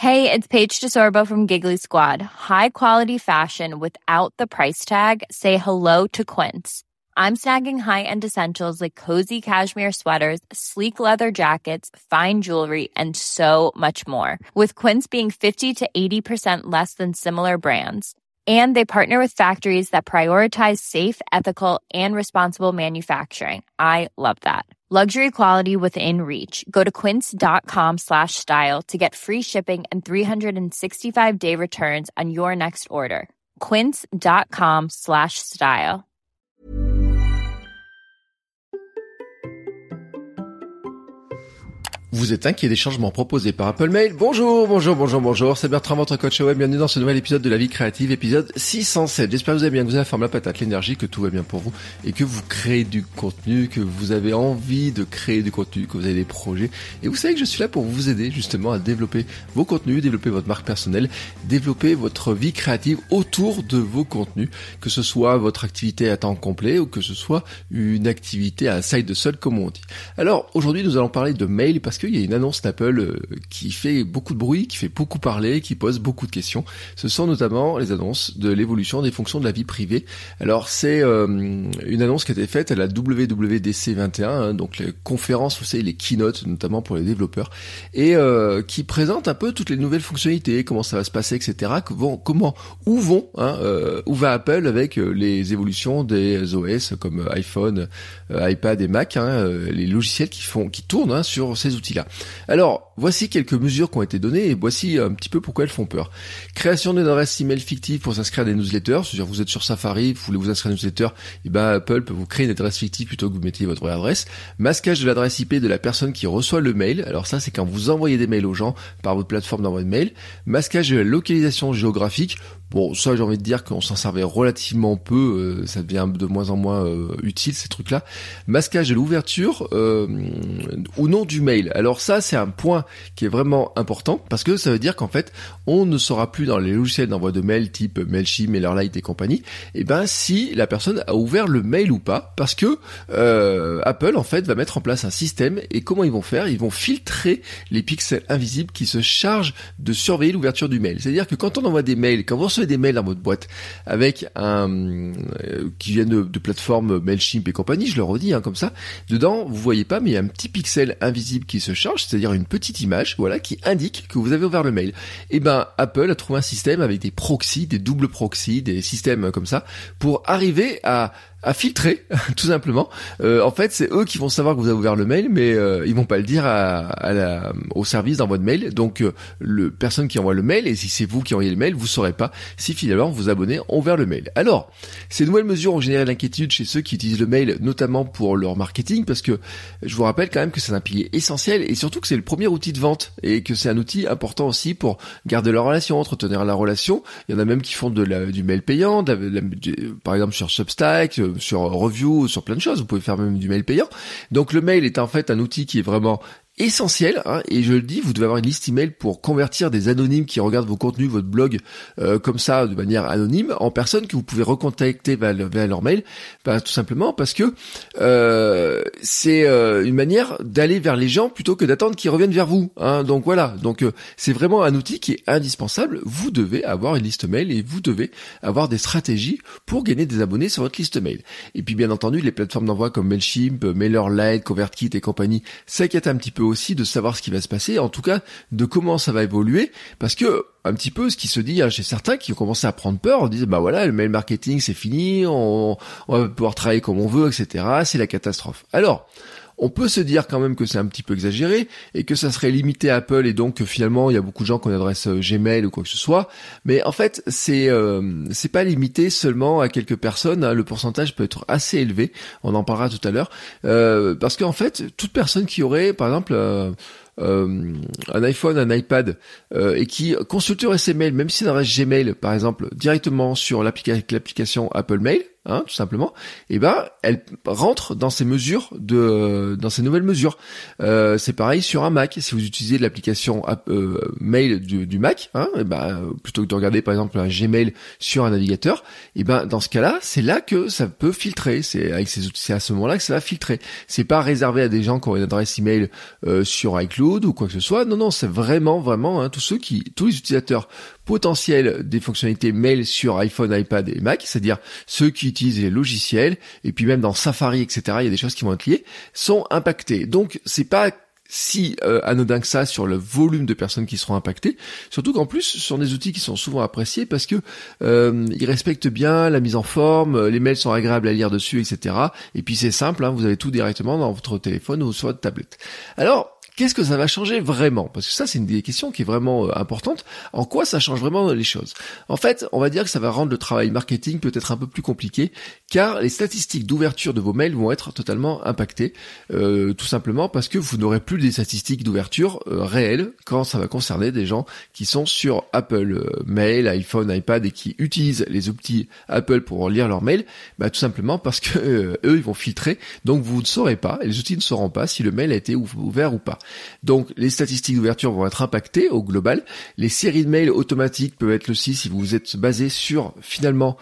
Hey, it's Paige DeSorbo from Giggly Squad. High quality fashion without the price tag. Say hello to Quince. I'm snagging high-end essentials like cozy cashmere sweaters, sleek leather jackets, fine jewelry, and so much more. With Quince being 50 to 80% less than similar brands. And they partner with factories that prioritize safe, ethical, and responsible manufacturing. I love that. Luxury quality within reach. Go to quince.com/style to get free shipping and 365-day returns on your next order. Quince.com/style. Vous êtes inquiet des changements proposés par Apple Mail? Bonjour, c'est Bertrand, votre coach web. Bienvenue dans ce nouvel épisode de La Vie Créative, épisode 607. J'espère que vous allez bien, que vous avez la forme, la patate, l'énergie, que tout va bien pour vous et que vous créez du contenu, que vous avez envie de créer du contenu, que vous avez des projets. Et vous savez que je suis là pour vous aider justement à développer vos contenus, développer votre marque personnelle, développer votre vie créative autour de vos contenus, que ce soit votre activité à temps complet ou que ce soit une activité à side hustle comme on dit. Alors aujourd'hui nous allons parler de mail parce qu'il y a une annonce d'Apple qui fait beaucoup de bruit, qui fait beaucoup parler, qui pose beaucoup de questions. Ce sont notamment les annonces de l'évolution des fonctions de la vie privée. Alors c'est une annonce qui a été faite à la WWDC 21, donc les conférences, vous savez, les keynotes notamment pour les développeurs, et qui présente un peu toutes les nouvelles fonctionnalités, comment ça va se passer, etc. Où va Apple avec les évolutions des OS comme iPhone, iPad et Mac, les logiciels qui tournent sur ces outils. Alors, voici quelques mesures qui ont été données et voici un petit peu pourquoi elles font peur. Création d'une adresse email fictive pour s'inscrire à des newsletters, c'est-à-dire vous êtes sur Safari, vous voulez vous inscrire à une newsletter, et Apple peut vous créer une adresse fictive plutôt que vous mettiez votre vraie adresse. Masquage de l'adresse IP de la personne qui reçoit le mail, alors ça c'est quand vous envoyez des mails aux gens par votre plateforme d'envoi de mail. Masquage de la localisation géographique. Bon, ça j'ai envie de dire qu'on s'en servait relativement peu, ça devient de moins en moins utile ces trucs-là. Masquage de l'ouverture ou non du mail. Alors ça c'est un point qui est vraiment important parce que ça veut dire qu'en fait on ne saura plus dans les logiciels d'envoi de mail type Mailchimp, MailerLite et compagnie, si la personne a ouvert le mail ou pas, parce que Apple en fait va mettre en place un système et comment ils vont faire? Ils vont filtrer les pixels invisibles qui se chargent de surveiller l'ouverture du mail. C'est-à-dire que quand on envoie des mails, quand vous recevez des mails dans votre boîte avec qui viennent de plateformes Mailchimp et compagnie, je le redis comme ça, dedans vous voyez pas mais il y a un petit pixel invisible qui se charge, c'est-à-dire une petite image, qui indique que vous avez ouvert le mail. Apple a trouvé un système avec des proxys, des doubles proxys, des systèmes comme ça, pour arriver à filtrer, tout simplement. En fait, c'est eux qui vont savoir que vous avez ouvert le mail, mais ils vont pas le dire au service d'envoi de mail. Donc, le personne qui envoie le mail, et si c'est vous qui envoyez le mail, vous saurez pas si finalement vos abonnés ont ouvert le mail. Alors, ces nouvelles mesures ont généré l'inquiétude chez ceux qui utilisent le mail, notamment pour leur marketing, parce que je vous rappelle quand même que c'est un pilier essentiel, et surtout que c'est le premier outil de vente, et que c'est un outil important aussi pour garder la relation, entretenir la relation. Il y en a même qui font du mail payant, par exemple sur Substack, sur Review, sur plein de choses. Vous pouvez faire même du mail payant. Donc le mail est en fait un outil qui est vraiment essentiel, et je le dis, vous devez avoir une liste email pour convertir des anonymes qui regardent vos contenus, votre blog, comme ça, de manière anonyme, en personnes que vous pouvez recontacter via leur mail, tout simplement parce que c'est une manière d'aller vers les gens plutôt que d'attendre qu'ils reviennent vers vous. Donc voilà, c'est vraiment un outil qui est indispensable. Vous devez avoir une liste mail et vous devez avoir des stratégies pour gagner des abonnés sur votre liste mail. Et puis bien entendu, les plateformes d'envoi comme Mailchimp, MailerLite, ConvertKit et compagnie s'inquiètent un petit peu aussi de savoir ce qui va se passer, en tout cas de comment ça va évoluer, parce que un petit peu ce qui se dit chez certains qui ont commencé à prendre peur, on disent le mail marketing c'est fini, on va pouvoir travailler comme on veut, etc. C'est la catastrophe. Alors on peut se dire quand même que c'est un petit peu exagéré et que ça serait limité à Apple et donc finalement il y a beaucoup de gens qui ont une adresse Gmail ou quoi que ce soit, mais en fait c'est pas limité seulement à quelques personnes, le pourcentage peut être assez élevé, on en parlera tout à l'heure, parce qu'en fait toute personne qui aurait par exemple un iPhone, un iPad et qui consulterait ses mails, même si c'est une adresse Gmail par exemple, directement sur l'application Apple Mail, tout simplement, et ben elle rentre dans ces mesures dans ces nouvelles mesures. C'est pareil sur un Mac. Si vous utilisez l'application mail du Mac, et ben plutôt que de regarder par exemple un Gmail sur un navigateur, et ben dans ce cas-là, c'est là que ça peut filtrer. C'est avec ces outils, c'est à ce moment-là que ça va filtrer. C'est pas réservé à des gens qui ont une adresse email sur iCloud ou quoi que ce soit. Non, c'est vraiment tous les utilisateurs potentiels des fonctionnalités mail sur iPhone, iPad et Mac, c'est-à-dire ceux qui utilisent les logiciels, et puis même dans Safari, etc., il y a des choses qui vont être liées, sont impactés. Donc c'est pas si anodin que ça sur le volume de personnes qui seront impactées, surtout qu'en plus ce sont des outils qui sont souvent appréciés parce que ils respectent bien la mise en forme, les mails sont agréables à lire dessus, etc. Et puis c'est simple, vous avez tout directement dans votre téléphone ou sur votre tablette. Alors, qu'est-ce que ça va changer vraiment? Parce que ça, c'est une des questions qui est vraiment importante. En quoi ça change vraiment les choses? En fait, on va dire que ça va rendre le travail marketing peut-être un peu plus compliqué, car les statistiques d'ouverture de vos mails vont être totalement impactées, tout simplement parce que vous n'aurez plus des statistiques d'ouverture réelles quand ça va concerner des gens qui sont sur Apple Mail, iPhone, iPad et qui utilisent les outils Apple pour lire leurs mails, tout simplement parce que eux, ils vont filtrer, donc vous ne saurez pas, et les outils ne sauront pas si le mail a été ouvert ou pas. Donc les statistiques d'ouverture vont être impactées au global. Les séries de mails automatiques peuvent être aussi si vous êtes basé sur finalement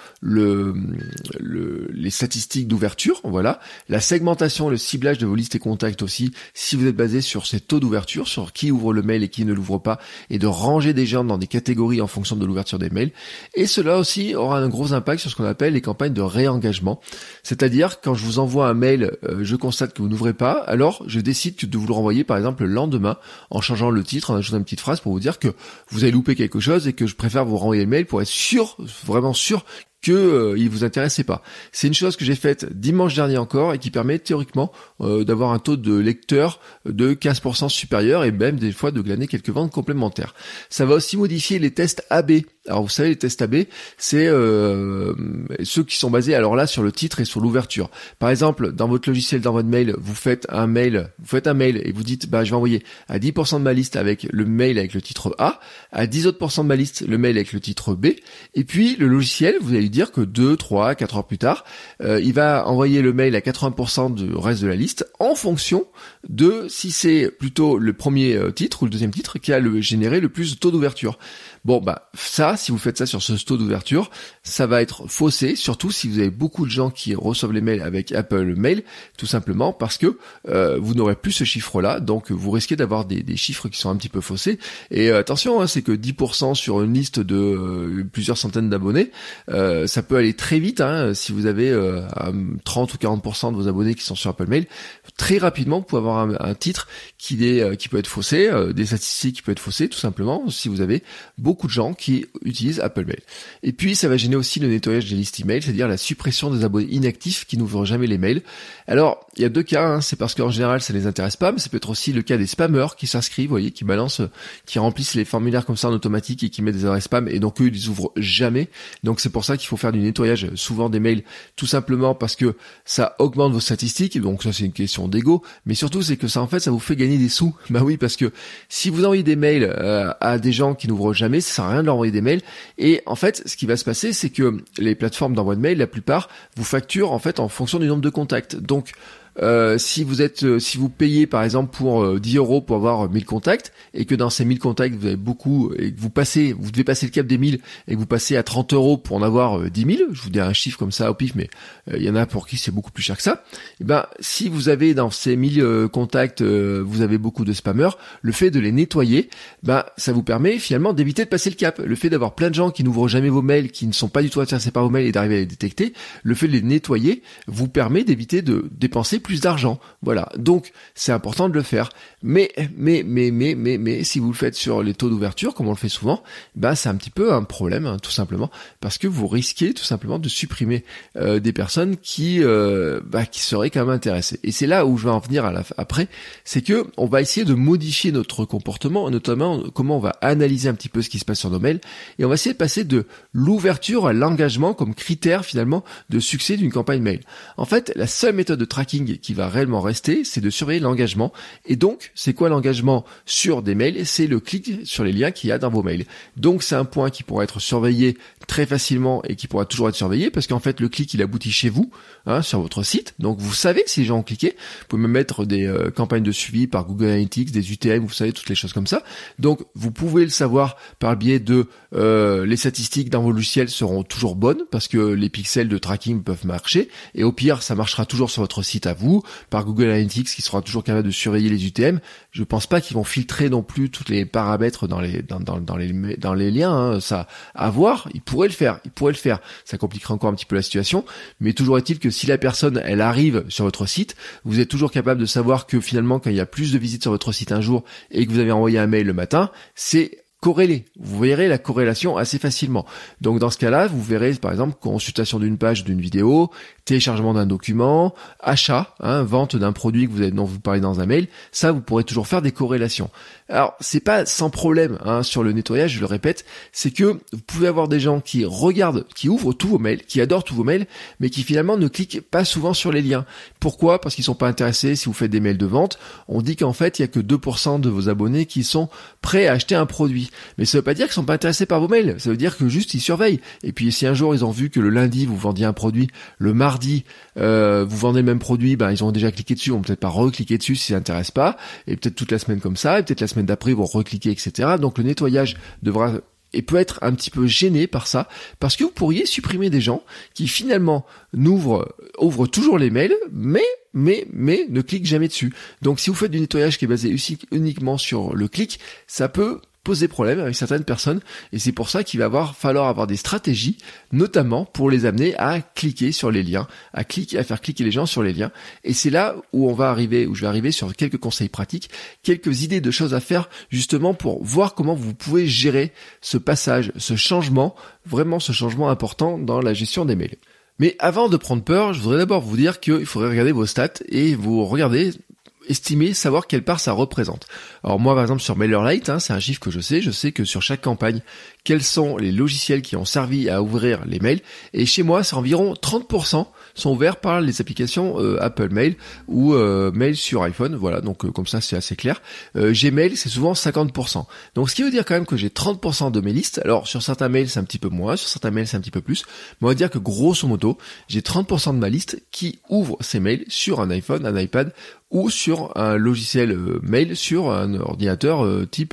les statistiques d'ouverture, voilà. La segmentation, le ciblage de vos listes et contacts aussi, si vous êtes basé sur ces taux d'ouverture, sur qui ouvre le mail et qui ne l'ouvre pas, et de ranger des gens dans des catégories en fonction de l'ouverture des mails. Et cela aussi aura un gros impact sur ce qu'on appelle les campagnes de réengagement. C'est-à-dire quand je vous envoie un mail, je constate que vous n'ouvrez pas, alors je décide de vous le renvoyer par exemple le lendemain en changeant le titre, en ajoutant une petite phrase pour vous dire que vous avez loupé quelque chose et que je préfère vous renvoyer le mail pour être sûr, vraiment sûr que il vous intéressait pas. C'est une chose que j'ai faite dimanche dernier encore et qui permet théoriquement d'avoir un taux de lecteur de 15% supérieur et même des fois de glaner quelques ventes complémentaires. Ça va aussi modifier les tests AB. Alors vous savez, les tests AB, c'est ceux qui sont basés alors là sur le titre et sur l'ouverture. Par exemple, dans votre logiciel, dans votre mail, vous faites un mail et vous dites je vais envoyer à 10% de ma liste avec le mail avec le titre A, à 10 autres % de ma liste le mail avec le titre B, et puis le logiciel, vous allez dire que 2, 3, 4 heures plus tard, il va envoyer le mail à 80% du reste de la liste en fonction de si c'est plutôt le premier titre ou le deuxième titre qui a généré le plus de taux d'ouverture. Bon, ça, si vous faites ça sur ce taux d'ouverture, ça va être faussé, surtout si vous avez beaucoup de gens qui reçoivent les mails avec Apple Mail, tout simplement parce que vous n'aurez plus ce chiffre-là, donc vous risquez d'avoir des chiffres qui sont un petit peu faussés. Et attention, c'est que 10% sur une liste de plusieurs centaines d'abonnés, ça peut aller très vite, si vous avez 30 ou 40% de vos abonnés qui sont sur Apple Mail, très rapidement vous pouvez avoir un titre qui peut être faussé, des statistiques qui peuvent être faussées, tout simplement, si vous avez beaucoup de gens qui utilisent Apple Mail. Et puis ça va gêner aussi le nettoyage des listes email, c'est-à-dire la suppression des abonnés inactifs qui n'ouvrent jamais les mails. Alors il y a deux cas, c'est parce qu'en général ça les intéresse pas, mais ça peut être aussi le cas des spammers qui s'inscrivent, vous voyez, qui balancent, qui remplissent les formulaires comme ça en automatique et qui mettent des adresses spam, et donc eux ils les ouvrent jamais. Donc c'est pour ça qu'il faut faire du nettoyage souvent des mails, tout simplement parce que ça augmente vos statistiques, donc ça c'est une question d'ego, mais surtout c'est que ça en fait ça vous fait gagner des sous. Oui, parce que si vous envoyez des mails à des gens qui n'ouvrent jamais, ça sert à rien de leur envoyer des mails, et en fait ce qui va se passer c'est que les plateformes d'envoi de mails, la plupart vous facturent en fait en fonction du nombre de contacts. Donc si vous payez par exemple pour 10 € pour avoir 1000 contacts et que dans ces 1000 contacts vous avez beaucoup et que vous devez passer le cap des 1000 et que vous passez à 30 € pour en avoir 10 000, je vous dis un chiffre comme ça au pif, mais il y en a pour qui c'est beaucoup plus cher que ça. Et si vous avez dans ces 1000 contacts vous avez beaucoup de spammers, le fait de les nettoyer, ça vous permet finalement d'éviter de passer le cap. Le fait d'avoir plein de gens qui n'ouvrent jamais vos mails, qui ne sont pas du tout intéressés par vos mails et d'arriver à les détecter, le fait de les nettoyer vous permet d'éviter de dépenser plus d'argent. Voilà. Donc, c'est important de le faire. Mais, si vous le faites sur les taux d'ouverture, comme on le fait souvent, c'est un petit peu un problème, tout simplement, parce que vous risquez tout simplement de supprimer des personnes qui seraient quand même intéressées. Et c'est là où je vais en venir après, c'est que on va essayer de modifier notre comportement, notamment comment on va analyser un petit peu ce qui se passe sur nos mails, et on va essayer de passer de l'ouverture à l'engagement comme critère finalement de succès d'une campagne mail. En fait, la seule méthode de tracking qui va réellement rester, c'est de surveiller l'engagement. Et donc, c'est quoi l'engagement sur des mails? C'est le clic sur les liens qu'il y a dans vos mails. Donc, c'est un point qui pourra être surveillé très facilement et qui pourra toujours être surveillé parce qu'en fait, le clic, il aboutit chez vous, sur votre site. Donc, vous savez que si les gens ont cliqué, vous pouvez même mettre des campagnes de suivi par Google Analytics, des UTM, vous savez, toutes les choses comme ça. Donc, vous pouvez le savoir par le biais de les statistiques dans vos logiciels seront toujours bonnes parce que les pixels de tracking peuvent marcher. Et au pire, ça marchera toujours sur votre site à vous, par Google Analytics qui sera toujours capable de surveiller les UTM. Je pense pas qu'ils vont filtrer non plus tous les paramètres dans les liens, ça à voir. Ils pourraient le faire. Ça compliquerait encore un petit peu la situation, mais toujours est-il que si la personne, elle arrive sur votre site, vous êtes toujours capable de savoir que finalement, quand il y a plus de visites sur votre site un jour et que vous avez envoyé un mail le matin, c'est corrélé. Vous verrez la corrélation assez facilement. Donc dans ce cas-là, vous verrez par exemple consultation d'une page, d'une vidéo, téléchargement d'un document, achat, vente d'un produit dont vous parlez dans un mail. Ça, vous pourrez toujours faire des corrélations. Alors, c'est pas sans problème sur le nettoyage, je le répète, c'est que vous pouvez avoir des gens qui regardent, qui ouvrent tous vos mails, qui adorent tous vos mails, mais qui finalement ne cliquent pas souvent sur les liens. Pourquoi? Parce qu'ils sont pas intéressés si vous faites des mails de vente. On dit qu'en fait, il y a que 2% de vos abonnés qui sont prêts à acheter un produit. Mais ça veut pas dire qu'ils sont pas intéressés par vos mails. Ça veut dire que juste ils surveillent. Et puis si un jour ils ont vu que le lundi vous vendiez un produit, le mardi vous vendez le même produit, ils ont déjà cliqué dessus, ils vont peut-être pas recliquer dessus si ça n'intéresse pas. Et peut-être toute la semaine comme ça, et peut-être la semaine d'après ils vont recliquer, etc. Donc le nettoyage devra et peut être un petit peu gêné par ça, parce que vous pourriez supprimer des gens qui finalement ouvrent toujours les mails, mais ne cliquent jamais dessus. Donc si vous faites du nettoyage qui est basé uniquement sur le clic, ça peut poser problème avec certaines personnes, et c'est pour ça qu'il va falloir avoir des stratégies, notamment pour les amener à cliquer sur les liens, à faire cliquer les gens sur les liens. Et c'est là où je vais arriver sur quelques conseils pratiques, quelques idées de choses à faire justement pour voir comment vous pouvez gérer ce passage, ce changement important dans la gestion des mails. Mais avant de prendre peur, je voudrais d'abord vous dire qu'il faudrait regarder vos stats et vous estimer, savoir quelle part ça représente. Alors moi par exemple sur MailerLite, c'est un chiffre que je sais que sur chaque campagne, quels sont les logiciels qui ont servi à ouvrir les mails, et chez moi c'est environ 30% sont ouverts par les applications Apple Mail ou Mail sur iPhone, voilà, donc comme ça c'est assez clair. Gmail c'est souvent 50%. Donc ce qui veut dire quand même que j'ai 30% de mes listes. Alors sur certains mails c'est un petit peu moins, sur certains mails c'est un petit peu plus, mais on va dire que grosso modo, j'ai 30% de ma liste qui ouvre ces mails sur un iPhone, un iPad ou sur un logiciel mail sur un ordinateur type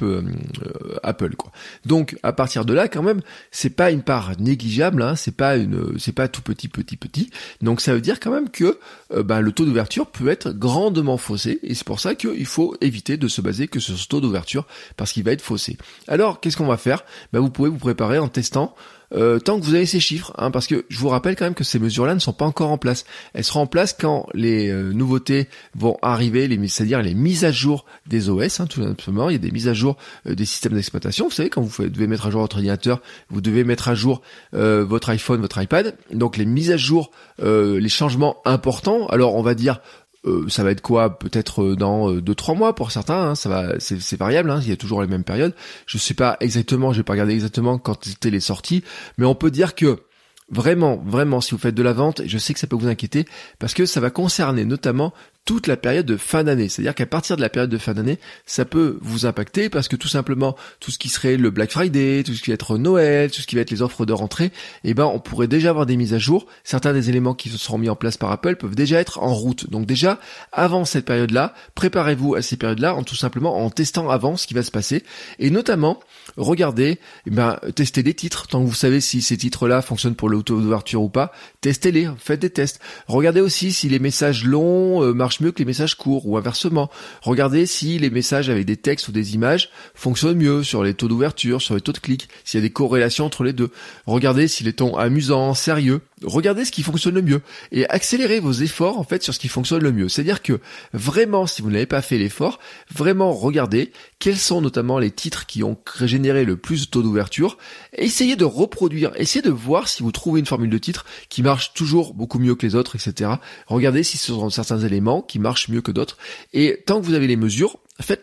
Apple, quoi. Donc à partir de là quand même, c'est pas une part négligeable, c'est pas tout petit. Donc ça veut dire quand même que le taux d'ouverture peut être grandement faussé, et c'est pour ça qu'il faut éviter de se baser que sur ce taux d'ouverture parce qu'il va être faussé. Alors qu'est-ce qu'on va faire? Vous pouvez vous préparer en testant tant que vous avez ces chiffres, parce que je vous rappelle quand même que ces mesures-là ne sont pas encore en place. Elles seront en place quand les nouveautés vont arriver, c'est-à-dire les mises à jour des OS, tout simplement. Il y a des mises à jour des systèmes d'exploitation. Vous savez, quand vous devez mettre à jour votre ordinateur, vous devez mettre à jour votre iPhone, votre iPad. Donc les mises à jour, les changements importants. Alors on va dire ça va être quoi? Peut-être dans 2-3 mois pour certains, c'est variable, il y a toujours les mêmes périodes. Je sais pas exactement, j'ai pas regardé exactement quand c'était les sorties, mais on peut dire que vraiment, si vous faites de la vente, je sais que ça peut vous inquiéter, parce que ça va concerner notamment toute la période de fin d'année. C'est-à-dire qu'à partir de la période de fin d'année, ça peut vous impacter parce que tout simplement, tout ce qui serait le Black Friday, tout ce qui va être Noël, tout ce qui va être les offres de rentrée, on pourrait déjà avoir des mises à jour. Certains des éléments qui se seront mis en place par Apple peuvent déjà être en route. Donc déjà, avant cette période-là, préparez-vous à ces périodes-là tout simplement en testant avant ce qui va se passer. Et notamment, regardez, testez des titres. Tant que vous savez si ces titres-là fonctionnent pour le taux d'ouverture ou pas, testez-les, faites des tests. Regardez aussi si les messages longs marchent mieux que les messages courts ou inversement. Regardez si les messages avec des textes ou des images fonctionnent mieux sur les taux d'ouverture, sur les taux de clics, s'il y a des corrélations entre les deux. Regardez si les tons amusants, sérieux. Regardez ce qui fonctionne le mieux et accélérez vos efforts sur ce qui fonctionne le mieux. C'est-à-dire que vraiment, si vous n'avez pas fait l'effort, vraiment regardez quels sont notamment les titres qui ont généré le plus de taux d'ouverture. Essayez de reproduire, essayez de voir si vous trouvez une formule de titre qui marche toujours beaucoup mieux que les autres, etc. Regardez si ce sont certains éléments qui marchent mieux que d'autres, et tant que vous avez les mesures, faites-le.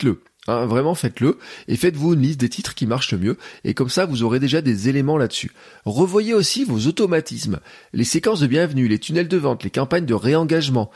Hein, vraiment faites-le et faites-vous une liste des titres qui marchent le mieux et comme ça vous aurez déjà des éléments là-dessus. Revoyez aussi vos automatismes, les séquences de bienvenue, les tunnels de vente, les campagnes de réengagement.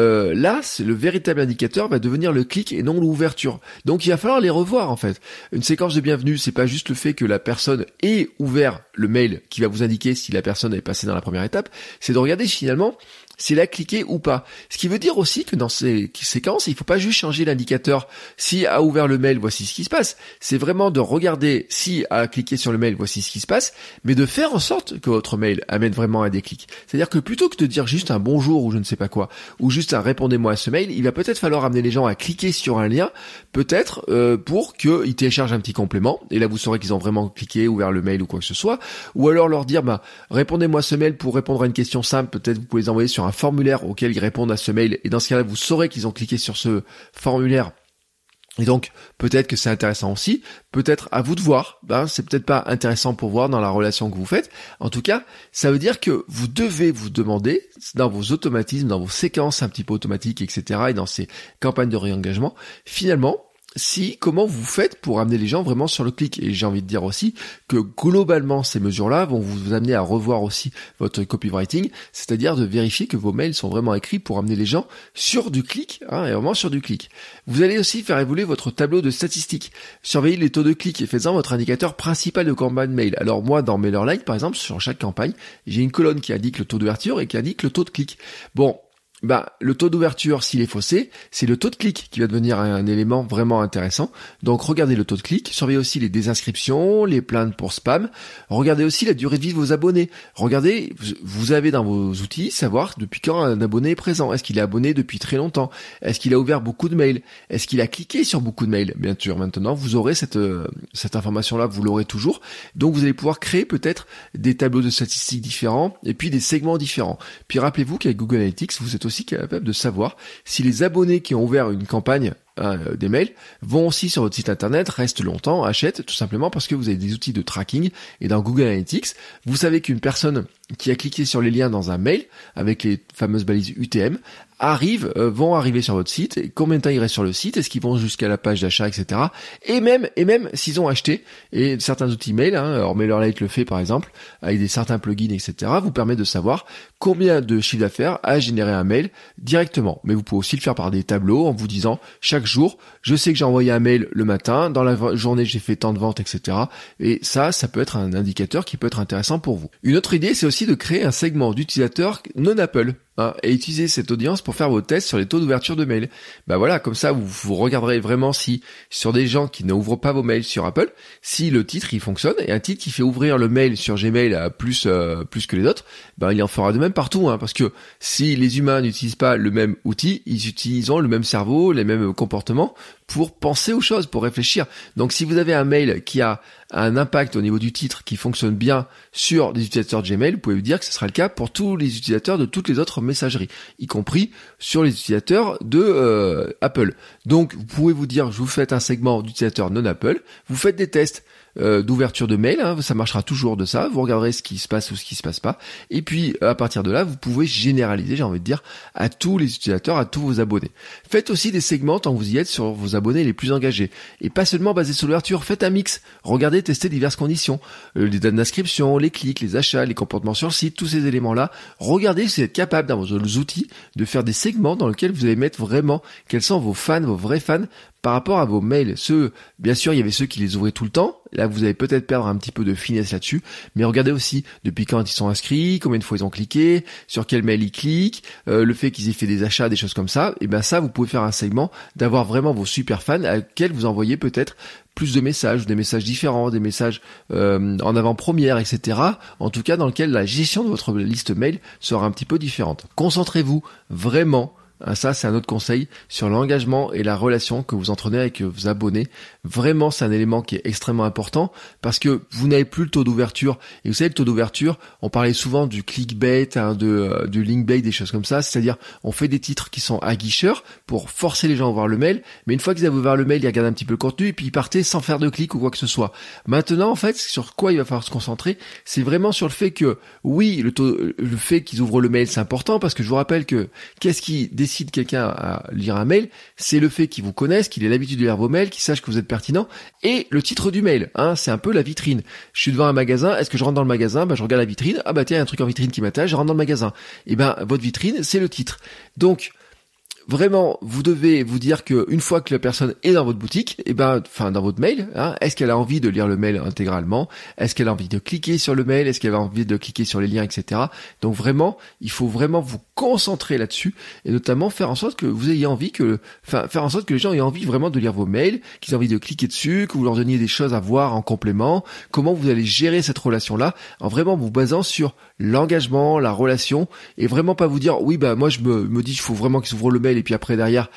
Là, le véritable indicateur va devenir le clic et non l'ouverture. Donc il va falloir les revoir en fait. Une séquence de bienvenue, c'est pas juste le fait que la personne ait ouvert le mail qui va vous indiquer si la personne est passée dans la première étape, c'est de regarder finalement s'il a cliqué ou pas. Ce qui veut dire aussi que dans ces séquences, il faut pas juste changer l'indicateur. Si a ouvert le mail, voici ce qui se passe. C'est vraiment de regarder si a cliqué sur le mail, voici ce qui se passe, mais de faire en sorte que votre mail amène vraiment un déclic. C'est-à-dire que plutôt que de dire juste un bonjour ou je ne sais pas quoi, ou juste un répondez-moi à ce mail, il va peut-être falloir amener les gens à cliquer sur un lien, peut-être pour qu'ils téléchargent un petit complément, et là vous saurez qu'ils ont vraiment cliqué, ouvert le mail ou quoi que ce soit, ou alors leur dire, répondez-moi à ce mail pour répondre à une question simple, peut-être vous pouvez les envoyer sur un formulaire auquel ils répondent à ce mail, et dans ce cas-là, vous saurez qu'ils ont cliqué sur ce formulaire. Et donc, peut-être que c'est intéressant aussi, peut-être à vous de voir, c'est peut-être pas intéressant pour voir dans la relation que vous faites. En tout cas, ça veut dire que vous devez vous demander, dans vos automatismes, dans vos séquences un petit peu automatiques, etc., et dans ces campagnes de réengagement, finalement, comment vous faites pour amener les gens vraiment sur le clic. Et j'ai envie de dire aussi que globalement, ces mesures-là vont vous amener à revoir aussi votre copywriting, c'est-à-dire de vérifier que vos mails sont vraiment écrits pour amener les gens sur du clic, et vraiment sur du clic. Vous allez aussi faire évoluer votre tableau de statistiques. Surveillez les taux de clic et faites-en votre indicateur principal de campagne mail. Alors moi, dans MailerLite, par exemple, sur chaque campagne, j'ai une colonne qui indique le taux d'ouverture et qui indique le taux de clic. Bon, le taux d'ouverture, s'il est faussé, c'est le taux de clic qui va devenir un élément vraiment intéressant. Donc regardez le taux de clic, surveillez aussi les désinscriptions, les plaintes pour spam, regardez aussi la durée de vie de vos abonnés. Regardez, vous avez dans vos outils savoir depuis quand un abonné est présent. Est-ce qu'il est abonné depuis très longtemps? Est-ce qu'il a ouvert beaucoup de mails? Est-ce qu'il a cliqué sur beaucoup de mails? Bien sûr, maintenant vous aurez cette information-là, vous l'aurez toujours. Donc vous allez pouvoir créer peut-être des tableaux de statistiques différents et puis des segments différents. Puis rappelez-vous qu'avec Google Analytics, vous êtes aussi capable de savoir si les abonnés qui ont ouvert une campagne des mails vont aussi sur votre site internet, restent longtemps, achètent, tout simplement parce que vous avez des outils de tracking. Et dans Google Analytics, vous savez qu'une personne qui a cliqué sur les liens dans un mail avec les fameuses balises UTM vont arriver sur votre site, et combien de temps ils restent sur le site, est-ce qu'ils vont jusqu'à la page d'achat, etc. Et même s'ils ont acheté, et certains outils mail, alors MailerLite le fait par exemple, avec certains plugins, etc., vous permet de savoir combien de chiffre d'affaires a généré un mail directement. Mais vous pouvez aussi le faire par des tableaux en vous disant, chaque jour, je sais que j'ai envoyé un mail le matin, dans la journée j'ai fait tant de ventes, etc. Et ça peut être un indicateur qui peut être intéressant pour vous. Une autre idée, c'est aussi de créer un segment d'utilisateurs non Apple. Et utiliser cette audience pour faire vos tests sur les taux d'ouverture de mails. Voilà, comme ça vous regarderez vraiment si sur des gens qui n'ouvrent pas vos mails sur Apple, si le titre il fonctionne, et un titre qui fait ouvrir le mail sur Gmail à plus que les autres, il en fera de même partout, parce que si les humains n'utilisent pas le même outil, ils utilisent le même cerveau, les mêmes comportements pour penser aux choses, pour réfléchir. Donc si vous avez un mail qui a un impact au niveau du titre qui fonctionne bien sur des utilisateurs de Gmail, vous pouvez vous dire que ce sera le cas pour tous les utilisateurs de toutes les autres messageries, y compris sur les utilisateurs de Apple. Donc vous pouvez vous dire, je vous faites un segment d'utilisateurs non Apple, vous faites des tests d'ouverture de mail, ça marchera toujours de ça, vous regarderez ce qui se passe ou ce qui se passe pas, et puis à partir de là, vous pouvez généraliser, j'ai envie de dire, à tous les utilisateurs, à tous vos abonnés. Faites aussi des segments tant que vous y êtes sur vos abonnés les plus engagés, et pas seulement basés sur l'ouverture, faites un mix, regardez, testez diverses conditions, les dates d'inscription, les clics, les achats, les comportements sur le site, tous ces éléments-là, regardez si vous êtes capable dans vos outils de faire des segments dans lesquels vous allez mettre vraiment quels sont vos fans, vos vrais fans, par rapport à vos mails. Bien sûr, il y avait ceux qui les ouvraient tout le temps. Là, vous allez peut-être perdre un petit peu de finesse là-dessus. Mais regardez aussi depuis quand ils sont inscrits, combien de fois ils ont cliqué, sur quel mail ils cliquent, le fait qu'ils aient fait des achats, des choses comme ça. Et ça, vous pouvez faire un segment d'avoir vraiment vos super fans à lesquels vous envoyez peut-être plus de messages, des messages différents, des messages en avant-première, etc. En tout cas, dans lequel la gestion de votre liste mail sera un petit peu différente. Concentrez-vous vraiment. Ça, c'est un autre conseil sur l'engagement et la relation que vous entretenez avec vos abonnés. Vraiment, c'est un élément qui est extrêmement important parce que vous n'avez plus le taux d'ouverture. Et vous savez, le taux d'ouverture, on parlait souvent du clickbait, du linkbait, des choses comme ça. C'est-à-dire, on fait des titres qui sont aguicheurs pour forcer les gens à voir le mail. Mais une fois qu'ils avaient ouvert le mail, ils regardent un petit peu le contenu et puis ils partaient sans faire de clic ou quoi que ce soit. Maintenant, en fait, sur quoi il va falloir se concentrer, c'est vraiment sur le fait que, oui, le fait qu'ils ouvrent le mail, c'est important parce que je vous rappelle que qu'est-ce qui décide décide quelqu'un à lire un mail, c'est le fait qu'il vous connaisse, qu'il ait l'habitude de lire vos mails, qu'il sache que vous êtes pertinent, et le titre du mail, c'est un peu la vitrine. Je suis devant un magasin, est-ce que je rentre dans le magasin? Je regarde la vitrine, tiens, il y a un truc en vitrine qui m'intéresse, je rentre dans le magasin. Et votre vitrine, c'est le titre. Donc, vraiment, vous devez vous dire que une fois que la personne est dans votre boutique, dans votre mail, est-ce qu'elle a envie de lire le mail intégralement? Est-ce qu'elle a envie de cliquer sur le mail? Est-ce qu'elle a envie de cliquer sur les liens, etc. Donc vraiment, il faut vraiment vous concentrer là-dessus et notamment faire en sorte que vous ayez envie faire en sorte que les gens aient envie vraiment de lire vos mails, qu'ils aient envie de cliquer dessus, que vous leur donniez des choses à voir en complément. Comment vous allez gérer cette relation-là en vraiment vous basant sur l'engagement, la relation et vraiment pas vous dire moi je me dis il faut vraiment qu'ils ouvrent le mail et puis après derrière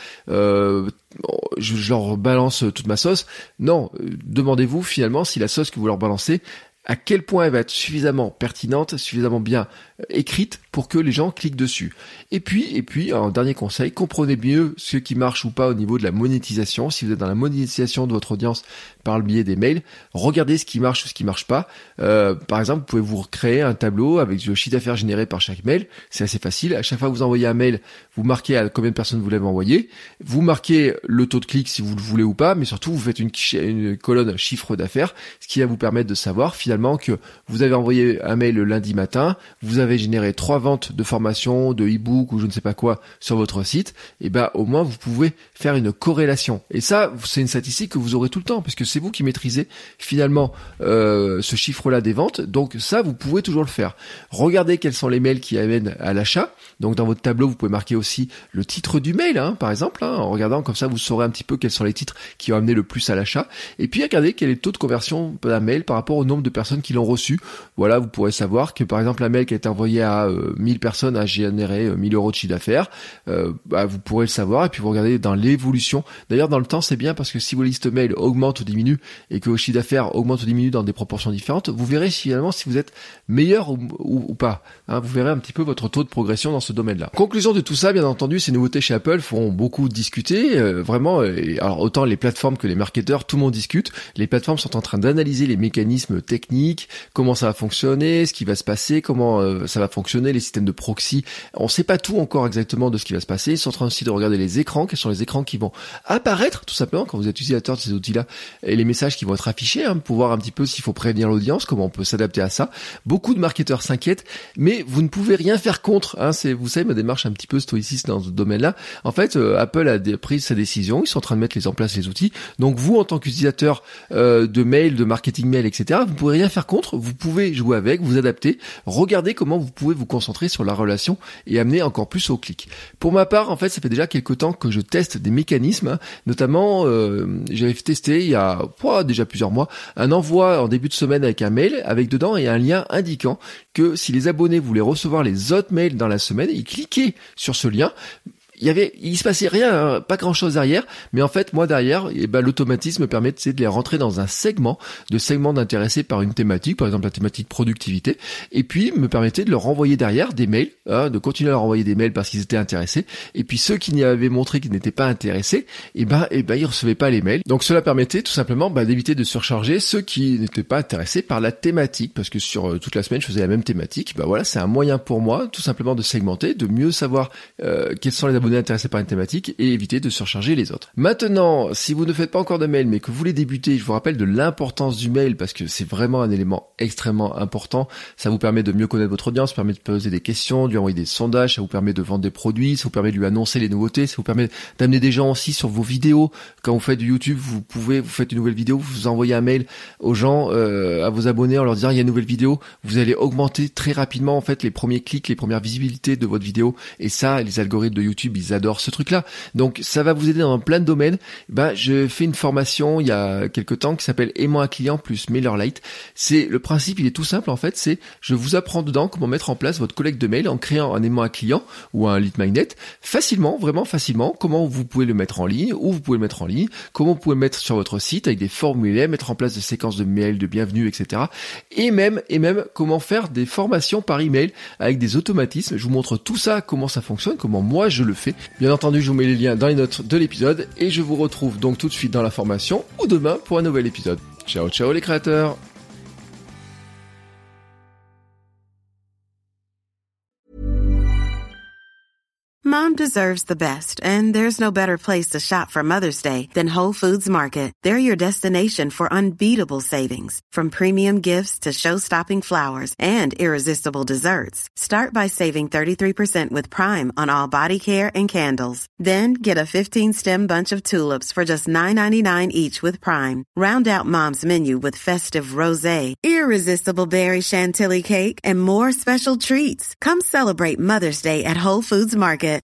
je leur balance toute ma sauce. Non, demandez-vous finalement si la sauce que vous leur balancez, à quel point elle va être suffisamment pertinente, suffisamment bien écrite pour que les gens cliquent dessus. Et puis, un dernier conseil, comprenez mieux ce qui marche ou pas au niveau de la monétisation. Si vous êtes dans la monétisation de votre audience par le biais des mails, regardez ce qui marche ou ce qui marche pas. Par exemple, vous pouvez vous créer un tableau avec le chiffre d'affaires généré par chaque mail. C'est assez facile. À chaque fois que vous envoyez un mail, vous marquez à combien de personnes vous l'avez envoyé. Vous marquez le taux de clic si vous le voulez ou pas, mais surtout vous faites une colonne chiffre d'affaires, ce qui va vous permettre de savoir finalement que vous avez envoyé un mail le lundi matin, vous avez généré 3 ventes de formation, de e-book ou je ne sais pas quoi sur votre site, et au moins vous pouvez faire une corrélation. Et ça, c'est une statistique que vous aurez tout le temps, parce que c'est vous qui maîtrisez finalement ce chiffre-là des ventes, donc ça vous pouvez toujours le faire. Regardez quels sont les mails qui amènent à l'achat, donc dans votre tableau vous pouvez marquer aussi le titre du mail, par exemple, en regardant comme ça vous saurez un petit peu quels sont les titres qui ont amené le plus à l'achat, et puis regardez quel est le taux de conversion d'un mail par rapport au nombre de personnes qui l'ont reçu. Voilà, vous pourrez savoir que par exemple un mail qui a été envoyé à 1000 personnes a généré 1000 euros de chiffre d'affaires, vous pourrez le savoir, et puis vous regardez dans l'évolution. D'ailleurs dans le temps c'est bien parce que si vos listes mail augmentent ou diminuent et que vos chiffres d'affaires augmentent ou diminuent dans des proportions différentes, vous verrez finalement si vous êtes meilleur ou pas. Vous verrez un petit peu votre taux de progression dans ce domaine-là. Conclusion de tout ça, bien entendu, ces nouveautés chez Apple feront beaucoup discuter, vraiment. Alors autant les plateformes que les marketeurs, tout le monde discute. Les plateformes sont en train d'analyser les mécanismes techniques, comment ça va fonctionner, ce qui va se passer, comment ça va fonctionner, les systèmes de proxy. On ne sait pas tout encore exactement de ce qui va se passer. Ils sont en train aussi de regarder les écrans, quels sont les écrans qui vont apparaître tout simplement quand vous êtes utilisateur de ces outils-là, et les messages qui vont être affichés, pour voir un petit peu s'il faut prévenir l'audience, comment on peut s'adapter à ça. Beaucoup de marketeurs s'inquiètent, mais vous ne pouvez rien faire contre. Vous savez, ma démarche un petit peu stoïciste dans ce domaine-là. En fait, Apple a pris sa décision, ils sont en train de mettre en place les outils. Donc vous, en tant qu'utilisateur de mail, de marketing mail, etc., vous pouvez rien faire contre. Vous pouvez jouer avec, vous adapter, regarder comment vous pouvez vous concentrer sur la relation et amener encore plus au clic. Pour ma part, en fait, ça fait déjà quelques temps que je teste des mécanismes, notamment j'avais testé il y a déjà plusieurs mois un envoi en début de semaine avec un mail, avec dedans et un lien indiquant que si les abonnés voulaient recevoir les autres mails dans la semaine, ils cliquaient sur ce lien. Il se passait rien, pas grand chose derrière, mais en fait, moi derrière, l'automatisme me permet de les rentrer dans un segment d'intéressés par une thématique, par exemple la thématique productivité, et puis me permettait de leur renvoyer derrière des mails, de continuer à leur envoyer des mails parce qu'ils étaient intéressés, et puis ceux qui n'y avaient montré qu'ils n'étaient pas intéressés, ils recevaient pas les mails. Donc cela permettait tout simplement d'éviter de surcharger ceux qui n'étaient pas intéressés par la thématique, parce que sur toute la semaine je faisais la même thématique. Voilà, c'est un moyen pour moi tout simplement de segmenter, de mieux savoir quels sont les abonnés intéressés par une thématique et éviter de surcharger les autres. Maintenant, si vous ne faites pas encore de mail mais que vous voulez débuter, je vous rappelle de l'importance du mail parce que c'est vraiment un élément extrêmement important. Ça vous permet de mieux connaître votre audience, ça vous permet de poser des questions, de lui envoyer des sondages, ça vous permet de vendre des produits, ça vous permet de lui annoncer les nouveautés, ça vous permet d'amener des gens aussi sur vos vidéos. Quand vous faites du YouTube, vous faites une nouvelle vidéo, vous envoyez un mail aux gens, à vos abonnés en leur disant il y a une nouvelle vidéo, vous allez augmenter très rapidement en fait les premiers clics, les premières visibilités de votre vidéo, et ça, les algorithmes de YouTube, ils adorent ce truc-là. Donc ça va vous aider dans plein de domaines. Je fais une formation il y a quelques temps qui s'appelle Aimant un client plus MailerLite. C'est le principe, il est tout simple en fait, c'est je vous apprends dedans comment mettre en place votre collecte de mails en créant un aimant à client ou un lead magnet facilement, vraiment facilement, comment vous pouvez le mettre en ligne, où vous pouvez le mettre en ligne, comment vous pouvez le mettre sur votre site avec des formulaires, mettre en place des séquences de mails, de bienvenue, etc. Et même comment faire des formations par email avec des automatismes. Je vous montre tout ça, comment ça fonctionne, comment moi je le fais. Bien entendu, je vous mets les liens dans les notes de l'épisode et je vous retrouve donc tout de suite dans la formation ou demain pour un nouvel épisode. Ciao ciao les créateurs. Mom deserves the best, and there's no better place to shop for Mother's Day than Whole Foods Market. They're your destination for unbeatable savings, from premium gifts to show-stopping flowers and irresistible desserts. Start by saving 33% with Prime on all body care and candles. Then get a 15-stem bunch of tulips for just $9.99 each with Prime. Round out Mom's menu with festive rosé, irresistible berry chantilly cake, and more special treats. Come celebrate Mother's Day at Whole Foods Market.